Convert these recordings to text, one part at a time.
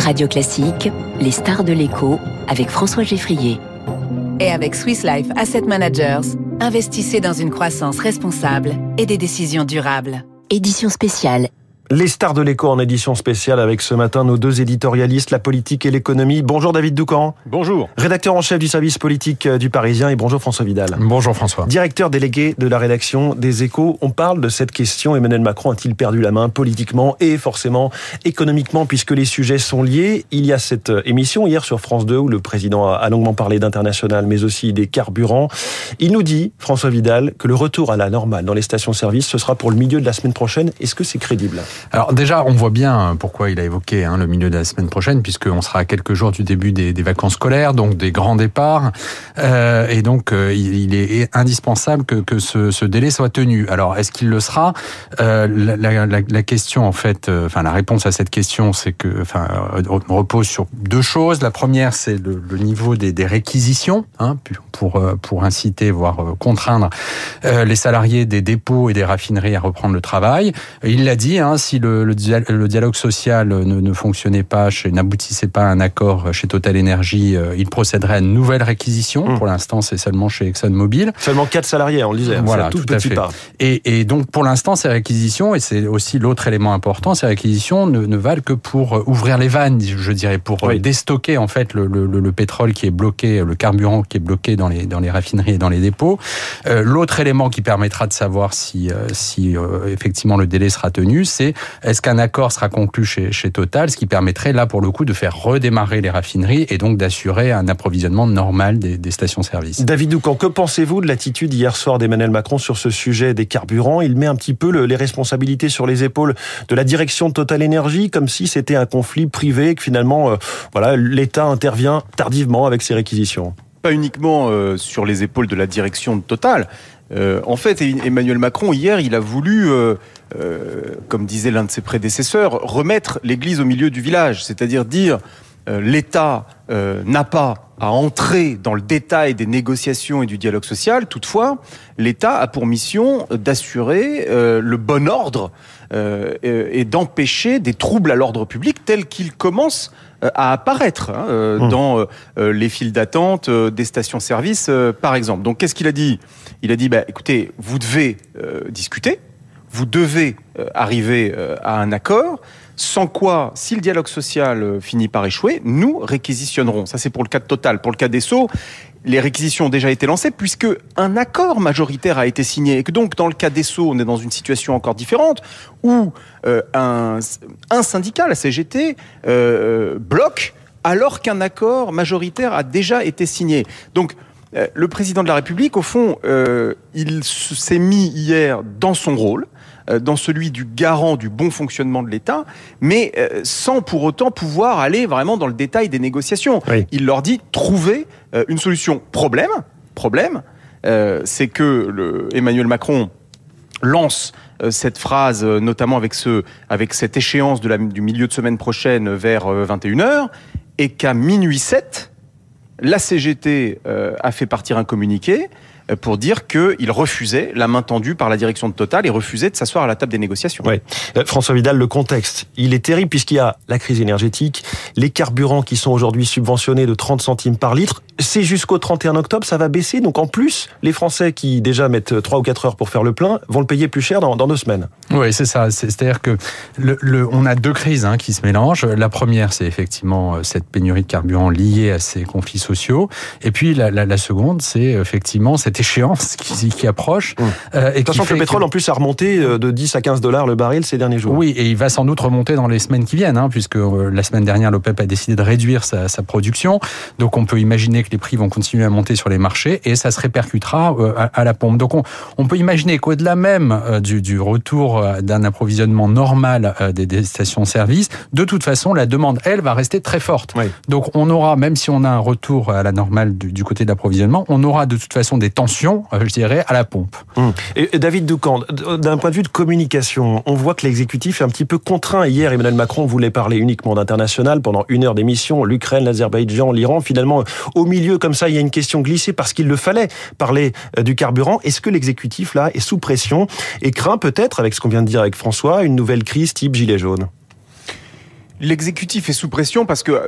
Radio Classique, les stars de l'écho, avec François Geffrier. Et avec Swiss Life Asset Managers, investissez dans une croissance responsable et des décisions durables. Édition spéciale. Les stars de l'écho en édition spéciale avec ce matin nos deux éditorialistes, la politique et l'économie. Bonjour David Doucan. Bonjour. Rédacteur en chef du service politique du Parisien, et bonjour François Vidal. Bonjour François. Directeur délégué de la rédaction des Échos. On parle de cette question, Emmanuel Macron a-t-il perdu la main politiquement et forcément économiquement, puisque les sujets sont liés. Il y a cette émission hier sur France 2 où le président a longuement parlé d'international mais aussi des carburants. Il nous dit, François Vidal, que le retour à la normale dans les stations-service, ce sera pour le milieu de la semaine prochaine. Est-ce que c'est crédible ? Alors déjà, on voit bien pourquoi il a évoqué le milieu de la semaine prochaine, puisqu'on sera à quelques jours du début des vacances scolaires, donc des grands départs, et donc il est indispensable que ce délai soit tenu. Alors est-ce qu'il le sera ? La question en fait, la réponse à cette question, c'est que, repose sur deux choses. La première, c'est le niveau des réquisitions, pour inciter, voire contraindre les salariés des dépôts et des raffineries à reprendre le travail. Il l'a dit, si le dialogue social ne fonctionnait pas, n'aboutissait pas à un accord chez Total Energy, il procéderait à une nouvelle réquisition. Pour l'instant, c'est seulement chez ExxonMobil. Seulement 4 salariés, on le disait. Voilà, tout à fait. Et donc, pour l'instant, ces réquisitions, et c'est aussi l'autre élément important, ces réquisitions ne valent que pour ouvrir les vannes, je dirais, pour déstocker en fait le pétrole qui est bloqué, le carburant qui est bloqué dans les raffineries et dans les dépôts. L'autre élément qui permettra de savoir si effectivement le délai sera tenu, c'est est-ce qu'un accord sera conclu chez Total, ce qui permettrait là pour le coup de faire redémarrer les raffineries et donc d'assurer un approvisionnement normal des stations-service. David Doucan, que pensez-vous de l'attitude hier soir d'Emmanuel Macron sur ce sujet des carburants ? Il met un petit peu les responsabilités sur les épaules de la direction de Total Energy, comme si c'était un conflit privé, que finalement l'État intervient tardivement avec ses réquisitions. Pas uniquement sur les épaules de la direction de Total. En fait, Emmanuel Macron, hier, il a voulu, comme disait l'un de ses prédécesseurs, remettre l'église au milieu du village. C'est-à-dire dire, l'État n'a pas à entrer dans le détail des négociations et du dialogue social. Toutefois, l'État a pour mission d'assurer le bon ordre et d'empêcher des troubles à l'ordre public tels qu'ils commencent à apparaître dans les files d'attente des stations-service, par exemple. Donc, qu'est-ce qu'il a dit ? Il a dit, écoutez, vous devez discuter, vous devez arriver à un accord, sans quoi, si le dialogue social finit par échouer, nous réquisitionnerons. Ça, c'est pour le cas de Total. Pour le cas d'Esso, les réquisitions ont déjà été lancées puisque un accord majoritaire a été signé. Et que donc, dans le cas d'Esso, on est dans une situation encore différente où un syndicat, la CGT, bloque alors qu'un accord majoritaire a déjà été signé. Donc, le président de la République, au fond, il s'est mis hier dans son rôle, dans celui du garant du bon fonctionnement de l'État, mais sans pour autant pouvoir aller vraiment dans le détail des négociations. Oui. Il leur dit, trouvez une solution. Problème, c'est que Emmanuel Macron lance cette phrase, notamment avec cette échéance du milieu de semaine prochaine vers 21h, et qu'à minuit 7, la CGT a fait partir un communiqué pour dire qu'il refusait la main tendue par la direction de Total et refusait de s'asseoir à la table des négociations. Oui. François Vidal, le contexte, il est terrible puisqu'il y a la crise énergétique, les carburants qui sont aujourd'hui subventionnés de 30 centimes par litre, c'est jusqu'au 31 octobre, ça va baisser. Donc en plus, les Français qui déjà mettent 3 ou 4 heures pour faire le plein vont le payer plus cher dans 2 semaines. Oui, c'est ça. C'est-à-dire que on a deux crises qui se mélangent. La première, c'est effectivement cette pénurie de carburant liée à ces conflits sociaux. Et puis la seconde, c'est effectivement cette échéance qui approche. Sachant que le pétrole, en plus, a remonté de 10 à 15 $ le baril ces derniers jours. Oui, et il va sans doute remonter dans les semaines qui viennent, puisque la semaine dernière, l'OPEP a décidé de réduire sa production. Donc, on peut imaginer que les prix vont continuer à monter sur les marchés et ça se répercutera à la pompe. Donc, on peut imaginer qu'au-delà même du retour d'un approvisionnement normal des stations-service, de toute façon, la demande, elle, va rester très forte. Oui. Donc, on aura, même si on a un retour à la normale du côté de l'approvisionnement, on aura de toute façon des tensions, je dirais, à la pompe. Et David Doucan, d'un point de vue de communication, on voit que l'exécutif est un petit peu contraint. Hier, Emmanuel Macron voulait parler uniquement d'international pendant 1 heure d'émission, l'Ukraine, l'Azerbaïdjan, l'Iran. Finalement, au milieu, comme ça, il y a une question glissée parce qu'il le fallait parler du carburant. Est-ce que l'exécutif, là, est sous pression et craint peut-être, avec ce qu'on vient de dire avec François, une nouvelle crise type gilet jaune ? l'exécutif est sous pression parce que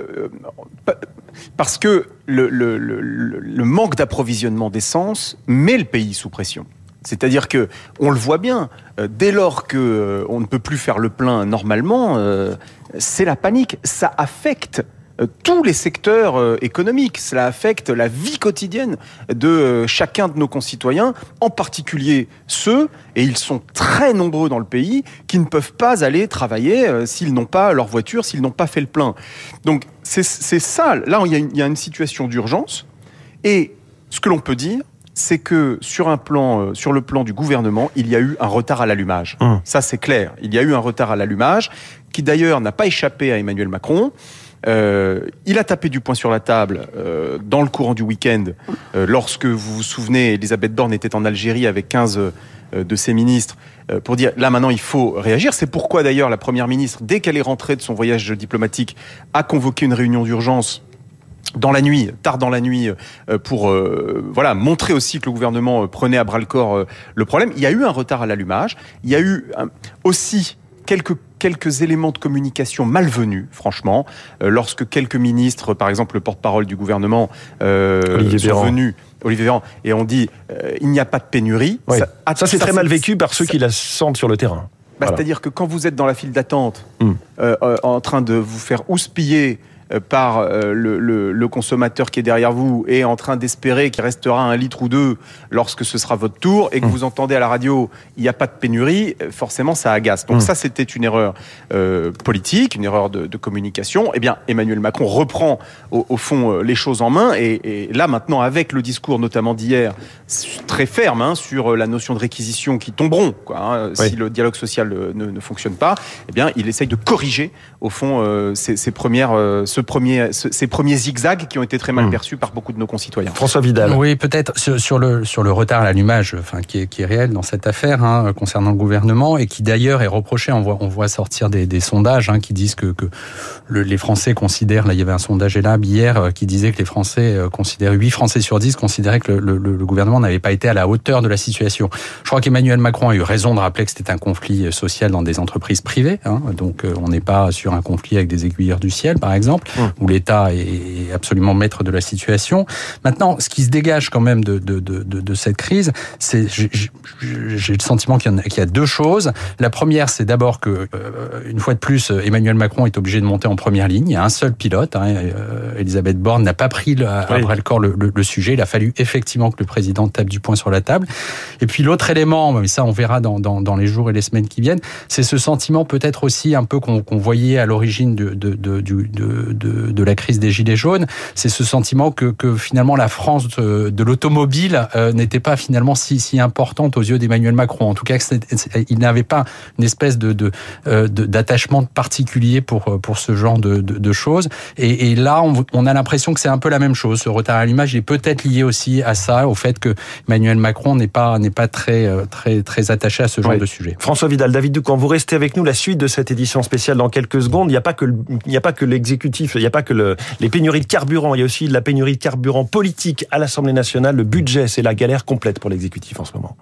le manque d'approvisionnement d'essence met le pays sous pression. C'est-à-dire que on le voit bien, dès lors que on ne peut plus faire le plein normalement, c'est la panique. Ça affecte tous les secteurs économiques. Cela affecte la vie quotidienne de chacun de nos concitoyens, en particulier ceux, et ils sont très nombreux dans le pays, qui ne peuvent pas aller travailler s'ils n'ont pas leur voiture, s'ils n'ont pas fait le plein. Donc c'est ça. Là, il y a une situation d'urgence. Et ce que l'on peut dire, c'est que sur le plan du gouvernement, il y a eu un retard à l'allumage. Ça, c'est clair. Il y a eu un retard à l'allumage, qui d'ailleurs n'a pas échappé à Emmanuel Macron. Il a tapé du poing sur la table dans le courant du week-end, lorsque, vous vous souvenez, Elisabeth Borne était en Algérie avec 15 de ses ministres, pour dire, là maintenant il faut réagir. C'est pourquoi d'ailleurs la Première ministre, dès qu'elle est rentrée de son voyage diplomatique, a convoqué une réunion d'urgence dans la nuit, tard dans la nuit, pour montrer aussi que le gouvernement prenait à bras-le-corps le problème. Il y a eu un retard à l'allumage. Il y a eu aussi quelques éléments de communication malvenus, franchement, lorsque quelques ministres, par exemple le porte-parole du gouvernement, sont venus, Olivier Véran, et on dit il n'y a pas de pénurie. Oui. Ça c'est très mal vécu par ceux qui la sentent sur le terrain. Voilà. C'est-à-dire que quand vous êtes dans la file d'attente, en train de vous faire houspiller par le consommateur qui est derrière vous et en train d'espérer qu'il restera 1 litre ou 2 lorsque ce sera votre tour, et que vous entendez à la radio il n'y a pas de pénurie, forcément ça agace. Donc ça, c'était une erreur politique, une erreur de communication. Eh bien, Emmanuel Macron reprend au fond les choses en main, et là maintenant, avec le discours notamment d'hier très ferme sur la notion de réquisition qui tomberont si le dialogue social ne fonctionne pas, eh bien il essaye de corriger au fond ces premiers zigzags qui ont été très mal perçus par beaucoup de nos concitoyens. François Vidal. Oui, peut-être sur le retard à l'allumage, qui est réel dans cette affaire concernant le gouvernement, et qui d'ailleurs est reproché. On voit sortir des sondages qui disent que les Français considèrent, là il y avait un sondage ELAB hier qui disait que les Français considèrent, 8 Français sur 10 considéraient que le gouvernement n'avait pas été à la hauteur de la situation. Je crois qu'Emmanuel Macron a eu raison de rappeler que c'était un conflit social dans des entreprises privées, donc on n'est pas sur un conflit avec des aiguilleurs du ciel, par exemple, où l'État est absolument maître de la situation. Maintenant, ce qui se dégage quand même de cette crise, c'est, j'ai le sentiment qu'il y a 2 choses. La première, c'est d'abord que, une fois de plus, Emmanuel Macron est obligé de monter en première ligne. Il y a un seul pilote. Elisabeth Borne n'a pas pris à bras-le-corps le sujet. Il a fallu effectivement que le président tape du poing sur la table. Et puis l'autre élément, mais ça on verra dans les jours et les semaines qui viennent, c'est ce sentiment peut-être aussi un peu qu'on voyait à l'origine de la crise des Gilets jaunes, c'est ce sentiment que finalement la France de l'automobile n'était pas finalement si importante aux yeux d'Emmanuel Macron. En tout cas, il n'avait pas une espèce d'attachement particulier pour ce genre de choses. Et là, on a l'impression que c'est un peu la même chose. Ce retard à l'image est peut-être lié aussi à ça, au fait que Emmanuel Macron n'est pas très attaché à ce genre de sujet. François Vidal, David Doucan, vous restez avec nous. La suite de cette édition spéciale dans quelques secondes. Il n'y a pas que l'exécutif, il n'y a pas que les pénuries de carburant, il y a aussi la pénurie de carburant politique à l'Assemblée nationale. Le budget, c'est la galère complète pour l'exécutif en ce moment.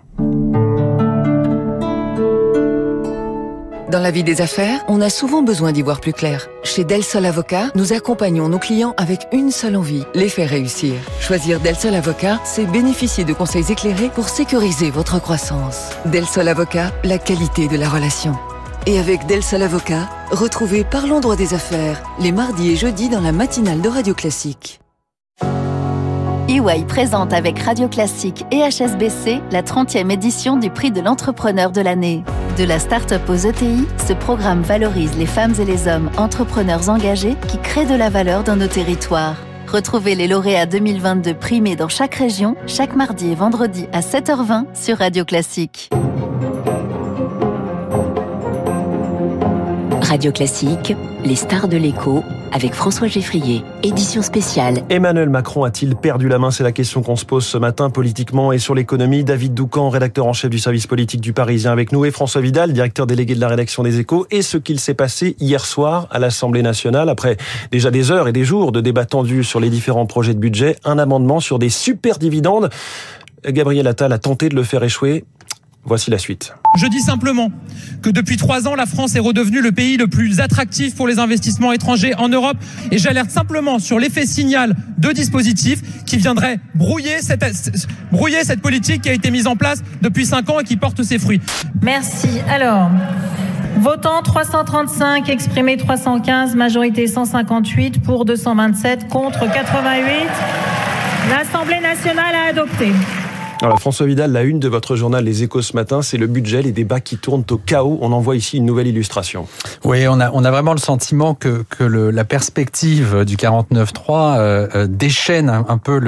Dans la vie des affaires, on a souvent besoin d'y voir plus clair. Chez Del Sol Avocat, nous accompagnons nos clients avec une seule envie, les faire réussir. Choisir Del Sol Avocat, c'est bénéficier de conseils éclairés pour sécuriser votre croissance. Del Sol Avocat, la qualité de la relation. Et avec Del Sol Avocat, retrouvez Parlons droit des affaires, les mardis et jeudis dans la matinale de Radio Classique. EY présente avec Radio Classique et HSBC la 30e édition du prix de l'entrepreneur de l'année. De la start-up aux ETI, ce programme valorise les femmes et les hommes entrepreneurs engagés qui créent de la valeur dans nos territoires. Retrouvez les lauréats 2022 primés dans chaque région, chaque mardi et vendredi à 7h20 sur Radio Classique. Radio Classique, les stars de l'écho, avec François Geffrier, édition spéciale. Emmanuel Macron a-t-il perdu la main? C'est la question qu'on se pose ce matin politiquement et sur l'économie. David Doucan, rédacteur en chef du service politique du Parisien avec nous, et François Vidal, directeur délégué de la rédaction des Échos, et ce qu'il s'est passé hier soir à l'Assemblée nationale, après déjà des heures et des jours de débats tendus sur les différents projets de budget, un amendement sur des super dividendes. Gabriel Attal a tenté de le faire échouer. Voici la suite. Je dis simplement que depuis 3 ans, la France est redevenue le pays le plus attractif pour les investissements étrangers en Europe. Et j'alerte simplement sur l'effet signal de dispositifs qui viendraient brouiller cette politique qui a été mise en place depuis 5 ans et qui porte ses fruits. Merci. Alors, votant 335, exprimé 315, majorité 158, pour 227, contre 88. L'Assemblée nationale a adopté. Alors François Vidal, la une de votre journal Les Échos ce matin, c'est le budget, les débats qui tournent au chaos. On en voit ici une nouvelle illustration. Oui, on a vraiment le sentiment que la perspective du 49.3 déchaîne un peu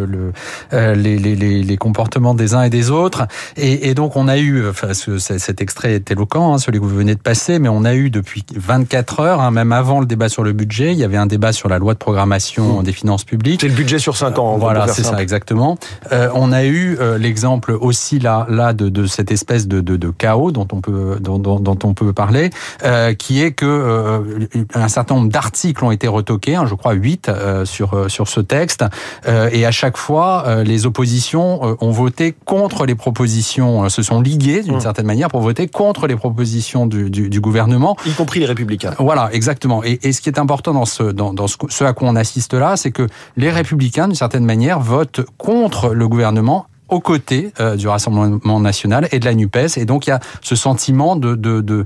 les comportements des uns et des autres. Et donc on a eu, cet extrait est éloquent, celui que vous venez de passer, mais on a eu depuis 24 heures, même avant le débat sur le budget, il y avait un débat sur la loi de programmation des finances publiques. C'est le budget sur 5 ans. Voilà, c'est ça, exactement. On a eu l'exemple aussi là de cette espèce de chaos dont on peut parler, qui est que un certain nombre d'articles ont été retoqués, je crois 8 sur ce texte, et à chaque fois les oppositions ont voté contre les propositions, se sont liguées d'une certaine manière pour voter contre les propositions du gouvernement, y compris les Républicains. Voilà, exactement. Et ce qui est important dans ce à quoi on assiste là, c'est que les Républicains d'une certaine manière votent contre le gouvernement aux côtés du Rassemblement national et de la NUPES, et donc il y a ce sentiment d'une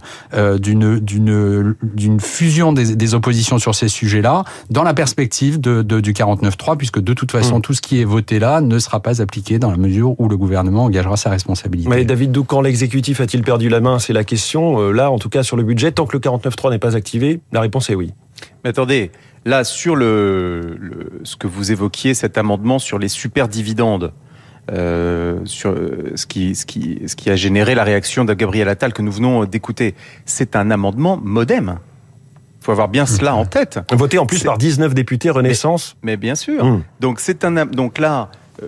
fusion des oppositions sur ces sujets-là, dans la perspective du 49.3, puisque de toute façon tout ce qui est voté là ne sera pas appliqué dans la mesure où le gouvernement engagera sa responsabilité. Mais David Doucan, l'exécutif a-t-il perdu la main? C'est la question. Là, en tout cas sur le budget, tant que le 49.3 n'est pas activé, la réponse est oui. Mais attendez, là sur ce que vous évoquiez, cet amendement sur les super dividendes. Sur ce qui a généré la réaction de Gabriel Attal que nous venons d'écouter. C'est un amendement MoDem. Il faut avoir bien cela en tête. Voté en plus par 19 députés Renaissance. Mais bien sûr. Donc là,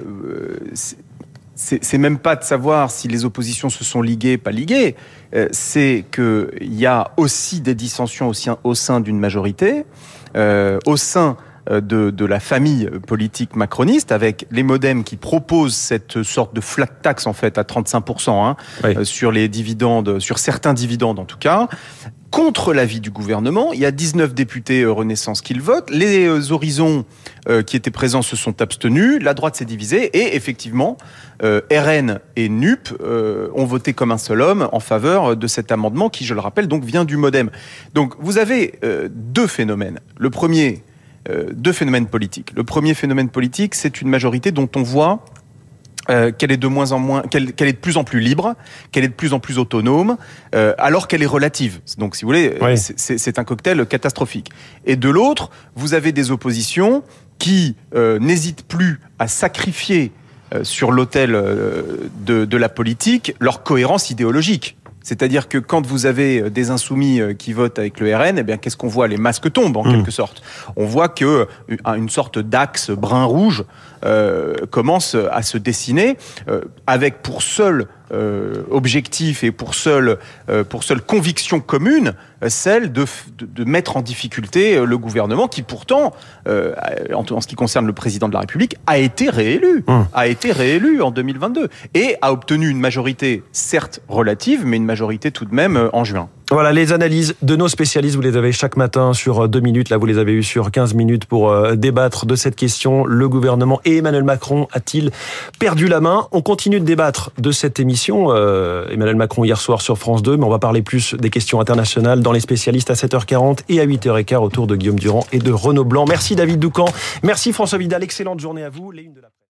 c'est même pas de savoir si les oppositions se sont liguées, pas liguées. C'est qu'il y a aussi des dissensions au sein d'une majorité, au sein de la famille politique macroniste, avec les MoDem qui proposent cette sorte de flat tax en fait à 35% sur les dividendes, sur certains dividendes en tout cas, contre l'avis du gouvernement. Il y a 19 députés Renaissance qui le votent. Les Horizons qui étaient présents se sont abstenus. La droite s'est divisée et effectivement, RN et NUP ont voté comme un seul homme en faveur de cet amendement qui, je le rappelle, donc vient du MoDem. Donc vous avez deux phénomènes. Le premier, deux phénomènes politiques. Le premier phénomène politique, c'est une majorité dont on voit qu'elle est qu'elle est de plus en plus libre, qu'elle est de plus en plus autonome, alors qu'elle est relative. Donc, si vous voulez, c'est un cocktail catastrophique. Et de l'autre, vous avez des oppositions qui n'hésitent plus à sacrifier sur l'autel de la politique leur cohérence idéologique. C'est-à-dire que quand vous avez des insoumis qui votent avec le RN, eh bien, qu'est-ce qu'on voit? Les masques tombent, en quelque sorte. On voit que une sorte d'axe brun-rouge commence à se dessiner, avec pour seul objectif et pour seule conviction commune, celle de mettre en difficulté le gouvernement qui pourtant, en ce qui concerne le président de la République, a été réélu en 2022 et a obtenu une majorité certes relative, mais une majorité tout de même en juin. Voilà, les analyses de nos spécialistes, vous les avez chaque matin sur 2 minutes. Là, vous les avez eues sur 15 minutes pour débattre de cette question. Le gouvernement et Emmanuel Macron a-t-il perdu la main? On continue de débattre de cette émission. Emmanuel Macron hier soir sur France 2, mais on va parler plus des questions internationales dans les spécialistes à 7h40 et à 8h15 autour de Guillaume Durand et de Renaud Blanc. Merci David Doucan. Merci François Vidal. Excellente journée à vous. Les unes de la